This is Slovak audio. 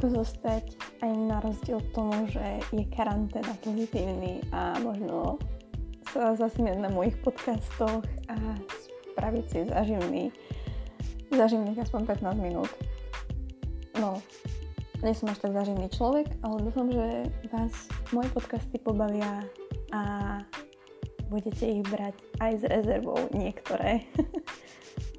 ako zostať aj na rozdiel tomu, že je karanténa pozitívny a možno sa zasmiať na mojich podcastoch a spraviť si záživných aspoň 15 minút. No, nie som až tak záživný človek, ale dúfam, že vás moje podcasty pobavia a budete ich brať aj s rezervou niektoré.